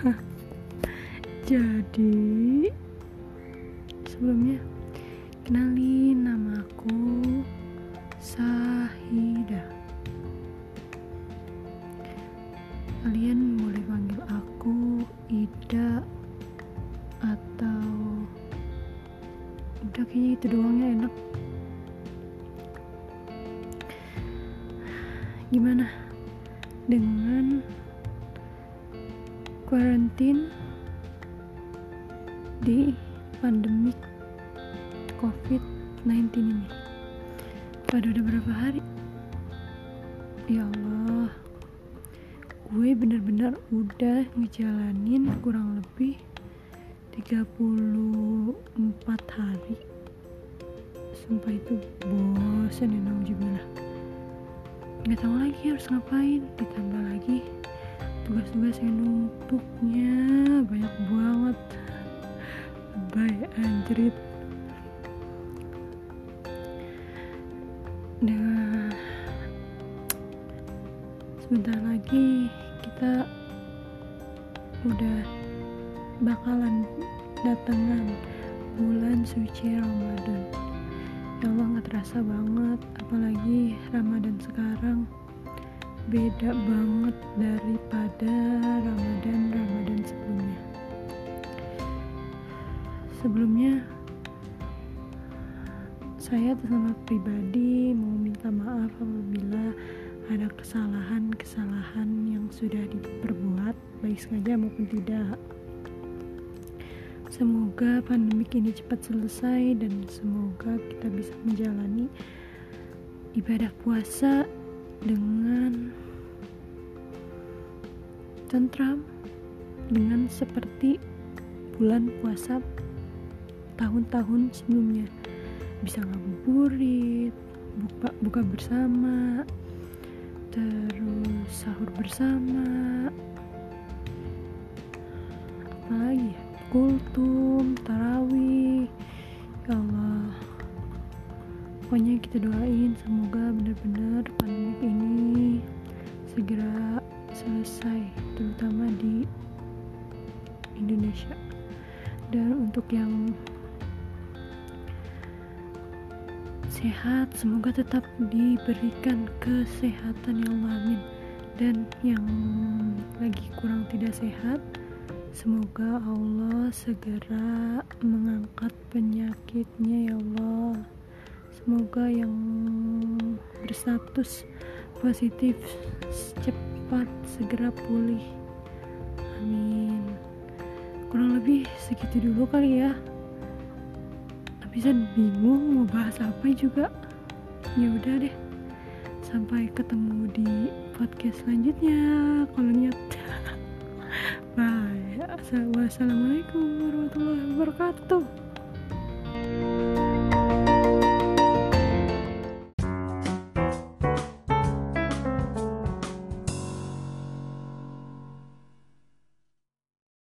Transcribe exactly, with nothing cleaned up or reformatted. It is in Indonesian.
Jadi sebelumnya kenalin, nama aku Sahida. Kalian boleh panggil aku Ida atau udah, kayaknya itu doang ya, enak. Gimana dengan karantin di pandemik covid sembilan belas ini? Pada udah berapa hari? Ya Allah, gue bener-bener udah ngejalanin kurang lebih tiga puluh empat hari. Sumpah itu bosan ya, nauzubillah. Gak tahu lagi harus ngapain, ditambah lagi tugas-tugas yang numpuknya banyak banget. Bye anjrit. Nah, sebentar lagi kita udah bakalan datangan bulan suci Ramadan. Ya Allah, gak terasa banget, apalagi Ramadan sekarang beda banget daripada Ramadan-Ramadan sebelumnya. Sebelumnya saya atas nama pribadi mau minta maaf apabila ada kesalahan-kesalahan yang sudah diperbuat, baik sengaja maupun tidak. Semoga pandemik ini cepat selesai dan semoga kita bisa menjalani ibadah puasa dengan tentram, dengan seperti bulan puasa tahun-tahun sebelumnya. Bisa ngabuburit, buka, buka bersama, terus sahur bersama, apa lagi ya, kultum, tarawih. Ya Allah, pokoknya kita doain semoga benar-benar pandemi ini segera selesai, terutama di Indonesia. Dan untuk yang sehat, semoga tetap diberikan kesehatan ya Allah, amin. Dan yang lagi kurang tidak sehat, semoga Allah segera mengangkat penyakitnya ya Allah. Semoga yang berstatus positif cepat segera pulih, amin. Kurang lebih segitu dulu kali ya. Bisa bingung mau bahas apa juga. Ya udah deh, sampai ketemu di podcast selanjutnya kalau niat. Bye. Wassalamualaikum warahmatullahi wabarakatuh.